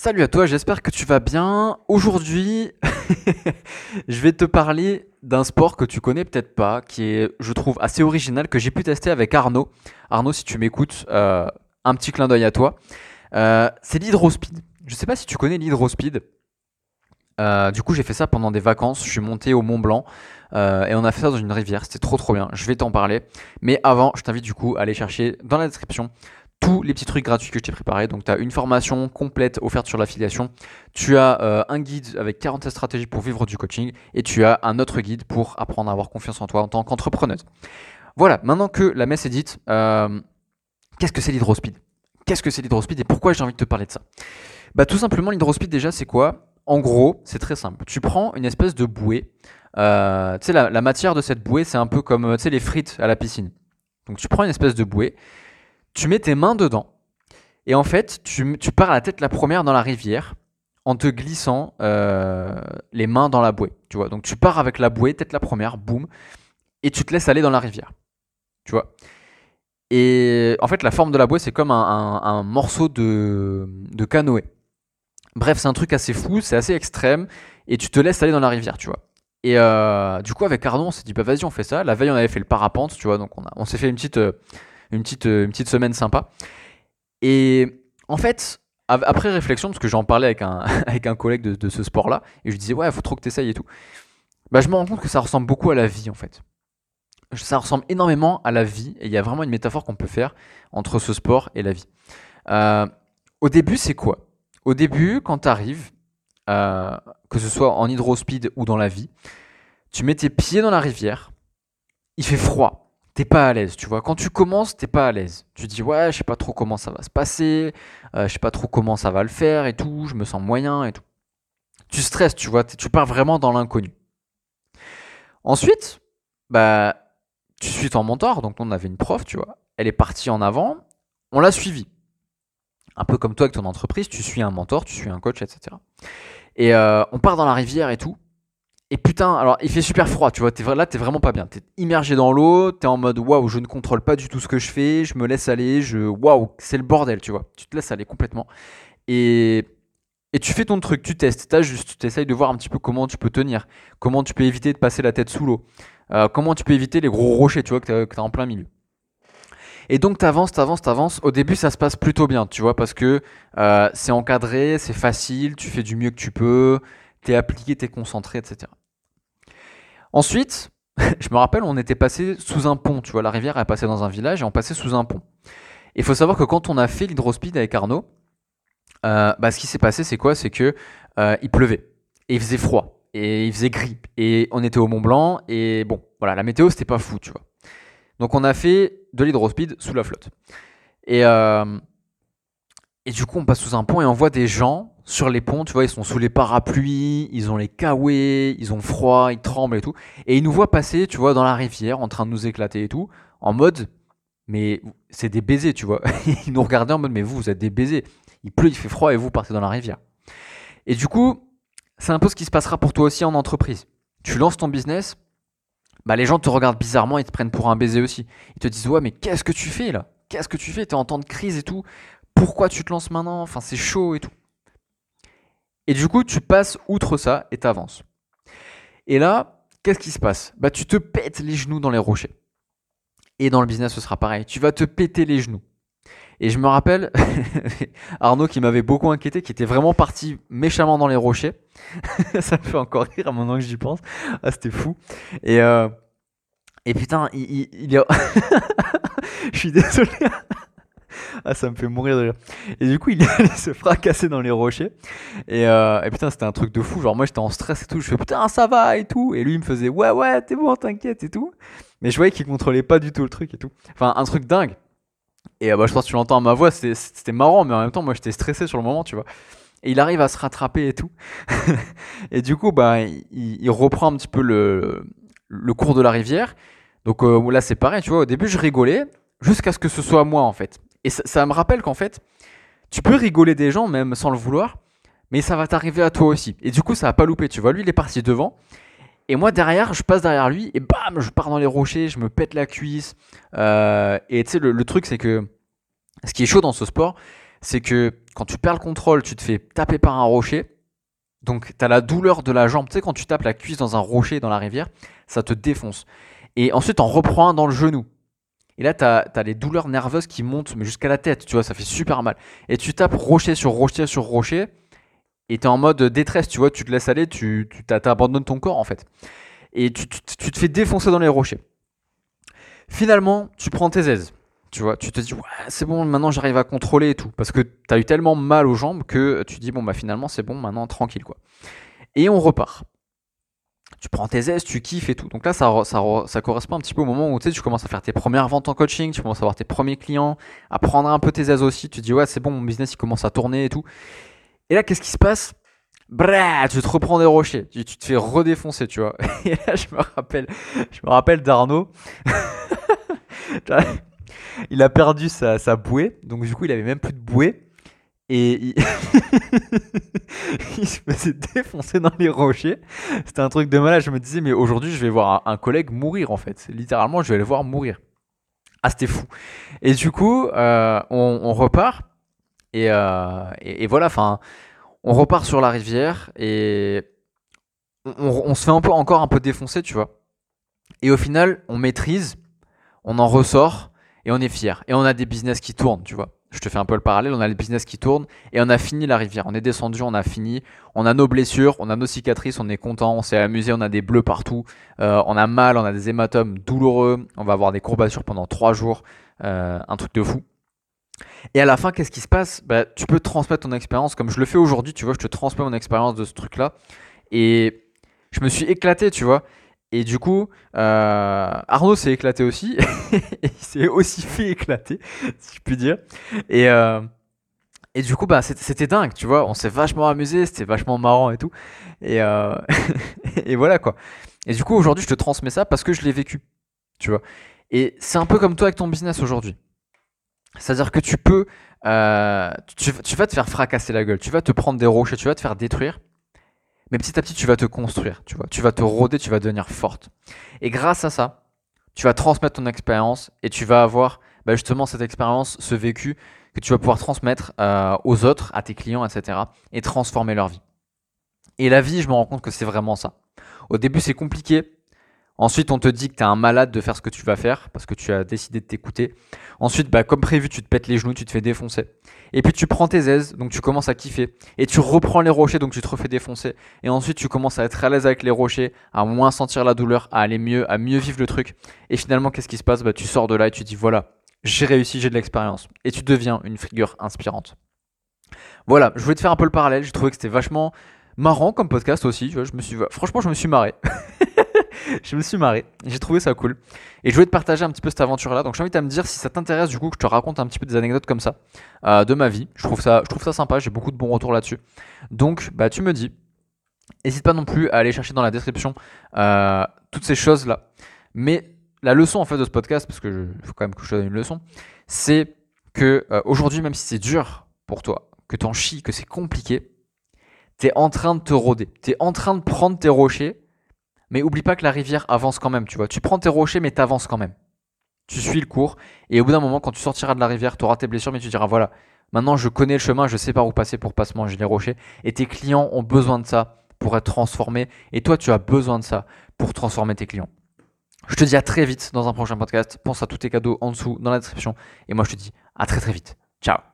Salut à toi, j'espère que tu vas bien. Aujourd'hui, je vais te parler d'un sport que tu connais peut-être pas, qui est, je trouve, assez original, que j'ai pu tester avec Arnaud. Arnaud, si tu m'écoutes, un petit clin d'œil à toi. C'est l'hydrospeed. Je sais pas si tu connais l'hydrospeed. Du coup, j'ai fait ça pendant des vacances. Je suis monté au Mont Blanc et on a fait ça dans une rivière. C'était trop trop bien. Je vais t'en parler. Mais avant, je t'invite du coup à aller chercher dans la description tous les petits trucs gratuits que je t'ai préparés. Donc, tu as une formation complète offerte sur l'affiliation. Tu as un guide avec 47 stratégies pour vivre du coaching. Et tu as un autre guide pour apprendre à avoir confiance en toi en tant qu'entrepreneuse. Voilà, maintenant que la messe est dite, qu'est-ce que c'est l'hydrospeed? Qu'est-ce que c'est l'hydrospeed et pourquoi j'ai envie de te parler de ça? Bah, tout simplement, l'hydrospeed, déjà, c'est quoi? En gros, c'est très simple. Tu prends une espèce de bouée. Tu sais, la matière de cette bouée, c'est un peu comme tu sais, les frites à la piscine. Donc, tu prends une espèce de bouée, tu mets tes mains dedans, et en fait, tu pars à la tête la première dans la rivière en te glissant les mains dans la bouée. Tu vois, donc tu pars avec la bouée, tête la première, boum, et tu te laisses aller dans la rivière. Tu vois. Et en fait, la forme de la bouée, c'est comme un morceau de canoë. Bref, c'est un truc assez fou, c'est assez extrême, et tu te laisses aller dans la rivière, tu vois. Et du coup, avec Arnaud, on s'est dit, bah vas-y, on fait ça. La veille, on avait fait le parapente, tu vois, donc on s'est fait une petite semaine sympa. Et en fait, après réflexion, parce que j'en parlais avec un, avec un collègue de ce sport-là, et je lui disais, ouais, faut trop que t'essayes et tout, bah je me rends compte que ça ressemble beaucoup à la vie, en fait. Ça ressemble énormément à la vie, et il y a vraiment une métaphore qu'on peut faire entre ce sport et la vie. Euh, Au début, c'est quoi? Au début, quand tu arrives, que ce soit en hydrospeed ou dans la vie, tu mets tes pieds dans la rivière, il fait froid, t'es pas à l'aise, tu vois. Quand tu commences, t'es pas à l'aise. Tu dis ouais, je sais pas trop comment ça va se passer, je sais pas trop comment ça va le faire et tout, je me sens moyen et tout. Tu stresses, tu vois, tu pars vraiment dans l'inconnu. Ensuite, bah, tu suis ton mentor, donc on avait une prof, tu vois, elle est partie en avant, on l'a suivie. Un peu comme toi avec ton entreprise, tu suis un mentor, tu suis un coach, etc. Et on part dans la rivière et tout. Et putain, alors il fait super froid, tu vois, là t'es vraiment pas bien. T'es immergé dans l'eau, t'es en mode waouh, je ne contrôle pas du tout ce que je fais, je me laisse aller, waouh, c'est le bordel, tu vois. Tu te laisses aller complètement. Et, et tu fais ton truc, tu testes, t'ajustes, tu essayes de voir un petit peu comment tu peux tenir, comment tu peux éviter de passer la tête sous l'eau, comment tu peux éviter les gros rochers, tu vois, que t'as en plein milieu. Et donc t'avances, t'avances, t'avances. Au début, ça se passe plutôt bien, tu vois, parce que c'est encadré, c'est facile, tu fais du mieux que tu peux, t'es appliqué, t'es concentré, etc. Ensuite, je me rappelle, on était passé sous un pont, tu vois, la rivière est passée dans un village et on passait sous un pont. Il faut savoir que quand on a fait l'hydrospeed avec Arnaud, bah, ce qui s'est passé, c'est quoi? C'est que il pleuvait et il faisait froid et il faisait gris et on était au Mont Blanc et bon, voilà, la météo c'était pas fou, tu vois. Donc on a fait de l'hydrospeed sous la flotte. Et, euh, et du coup, on passe sous un pont et on voit des gens sur les ponts, tu vois, ils sont sous les parapluies, ils ont les kawaii, ils ont froid, ils tremblent et tout. Et ils nous voient passer, tu vois, dans la rivière, en train de nous éclater et tout, en mode, mais c'est des baisers, tu vois. Ils nous regardaient en mode, mais vous êtes des baisers. Il pleut, il fait froid et vous partez dans la rivière. Et du coup, c'est un peu ce qui se passera pour toi aussi en entreprise. Tu lances ton business, bah les gens te regardent bizarrement, ils te prennent pour un baiser aussi. Ils te disent, ouais, mais qu'est-ce que tu fais là? Qu'est-ce que tu fais? T'es en temps de crise et tout. Pourquoi tu te lances maintenant? Enfin, c'est chaud et tout. Et du coup, tu passes outre ça et t'avances. Et là, qu'est-ce qui se passe? Bah, tu te pètes les genoux dans les rochers. Et dans le business, ce sera pareil. Tu vas te péter les genoux. Et je me rappelle Arnaud qui m'avait beaucoup inquiété, qui était vraiment parti méchamment dans les rochers. Ça me fait encore rire à moment que j'y pense. Ah, c'était fou. Et, euh, et putain, il est... Je suis désolé. Ah, ça me fait mourir de rire. Et du coup, il est allé se fracasser dans les rochers. Et putain, c'était un truc de fou. Genre, moi, j'étais en stress et tout. Je fais putain, ça va et tout. Et lui, il me faisait ouais, ouais, t'es bon, t'inquiète et tout. Mais je voyais qu'il contrôlait pas du tout le truc et tout. Enfin, un truc dingue. Et bah, je pense que tu l'entends à ma voix, c'était marrant, mais en même temps, moi, j'étais stressé sur le moment, tu vois. Et il arrive à se rattraper et tout. Et du coup, bah, il reprend un petit peu le cours de la rivière. Donc là, c'est pareil, tu vois. Au début, je rigolais jusqu'à ce que ce soit moi, en fait. Et ça me rappelle qu'en fait, tu peux rigoler des gens même sans le vouloir, mais ça va t'arriver à toi aussi. Et du coup, ça va pas louper, tu vois. Lui, il est parti devant. Et moi, derrière, je passe derrière lui et bam, je pars dans les rochers, je me pète la cuisse. Et tu sais, le truc, c'est que ce qui est chaud dans ce sport, c'est que quand tu perds le contrôle, tu te fais taper par un rocher. Donc, tu as la douleur de la jambe. Tu sais, quand tu tapes la cuisse dans un rocher dans la rivière, ça te défonce. Et ensuite, on reprend un dans le genou. Et là, tu as les douleurs nerveuses qui montent mais jusqu'à la tête. Tu vois, ça fait super mal. Et tu tapes rocher sur rocher sur rocher. Et tu es en mode détresse. Tu vois, tu te laisses aller. Tu abandonnes ton corps, en fait. Et tu te fais défoncer dans les rochers. Finalement, tu prends tes aises. Tu vois, tu te dis, ouais, c'est bon, maintenant j'arrive à contrôler et tout. Parce que tu as eu tellement mal aux jambes que tu dis, bon, bah finalement, c'est bon, maintenant tranquille, quoi. Et on repart. Tu prends tes aises, tu kiffes et tout. Donc là, ça correspond un petit peu au moment où tu commences à faire tes premières ventes en coaching, tu commences à avoir tes premiers clients, à prendre un peu tes aises aussi. Tu te dis, ouais, c'est bon, mon business, il commence à tourner et tout. Et là, qu'est-ce qui se passe? Brrr, tu te reprends des rochers, tu te fais redéfoncer, tu vois. Et là, je me rappelle d'Arnaud. Il a perdu sa bouée, donc du coup, il avait même plus de bouée. Et il se faisait défoncer dans les rochers. C'était un truc de malade. Je me disais, mais aujourd'hui, je vais voir un collègue mourir, en fait. Littéralement, je vais le voir mourir. Ah, c'était fou. Et du coup, on repart. Et voilà, enfin, on repart sur la rivière. Et on se fait encore un peu défoncer, tu vois. Et au final, on maîtrise, on en ressort. Et on est fier. Et on a des business qui tournent, tu vois. Je te fais un peu le parallèle, on a les business qui tournent et on a fini la rivière. On est descendu, on a fini. On a nos blessures, on a nos cicatrices, on est content, on s'est amusé, on a des bleus partout. On a mal, on a des hématomes douloureux. On va avoir des courbatures pendant 3 jours. Un truc de fou. Et à la fin, qu'est-ce qui se passe? Bah, tu peux transmettre ton expérience comme je le fais aujourd'hui, tu vois. Je te transmets mon expérience de ce truc-là. Et je me suis éclaté, tu vois. Et du coup, Arnaud s'est éclaté aussi. Il s'est aussi fait éclater, si je puis dire. Et, euh, et du coup, bah, c'était dingue, tu vois. On s'est vachement amusé, c'était vachement marrant et tout. Et, et voilà quoi. Et du coup, aujourd'hui, je te transmets ça parce que je l'ai vécu, tu vois. Et c'est un peu comme toi avec ton business aujourd'hui. C'est-à-dire que tu vas te faire fracasser la gueule, tu vas te prendre des rochers, tu vas te faire détruire. Mais petit à petit, tu vas te construire, tu vois. Tu vas te rôder, tu vas devenir forte. Et grâce à ça, tu vas transmettre ton expérience et tu vas avoir justement cette expérience, ce vécu que tu vas pouvoir transmettre aux autres, à tes clients, etc. et transformer leur vie. Et la vie, je me rends compte que c'est vraiment ça. Au début, c'est compliqué. Ensuite, on te dit que tu es un malade de faire ce que tu vas faire parce que tu as décidé de t'écouter. Ensuite, comme prévu, tu te pètes les genoux, tu te fais défoncer. Et puis tu prends tes aises, donc tu commences à kiffer. Et tu reprends les rochers, donc tu te refais défoncer. Et ensuite, tu commences à être à l'aise avec les rochers, à moins sentir la douleur, à aller mieux, à mieux vivre le truc. Et finalement, qu'est-ce qui se passe? Tu sors de là et tu dis voilà, j'ai réussi, j'ai de l'expérience. Et tu deviens une figure inspirante. Voilà, je voulais te faire un peu le parallèle. J'ai trouvé que c'était vachement marrant comme podcast aussi. Tu vois, franchement, je me suis marré. Je me suis marré, j'ai trouvé ça cool. Et je voulais te partager un petit peu cette aventure-là. Donc, j'invite à me dire si ça t'intéresse, du coup, que je te raconte un petit peu des anecdotes comme ça de ma vie. Je trouve ça sympa, j'ai beaucoup de bons retours là-dessus. Donc, tu me dis. N'hésite pas non plus à aller chercher dans la description toutes ces choses-là. Mais la leçon en fait de ce podcast, parce que faut quand même que je te donne une leçon, c'est que aujourd'hui, même si c'est dur pour toi, que t'en chies, que c'est compliqué, t'es en train de te rôder. T'es en train de prendre tes rochers. Mais oublie pas que la rivière avance quand même, tu vois. Tu prends tes rochers, mais t'avances quand même. Tu suis le cours. Et au bout d'un moment, quand tu sortiras de la rivière, tu auras tes blessures, mais tu diras voilà, maintenant je connais le chemin, je sais par où passer pour pas se manger les rochers. Et tes clients ont besoin de ça pour être transformés. Et toi, tu as besoin de ça pour transformer tes clients. Je te dis à très vite dans un prochain podcast. Pense à tous tes cadeaux en dessous, dans la description. Et moi, je te dis à très très vite. Ciao.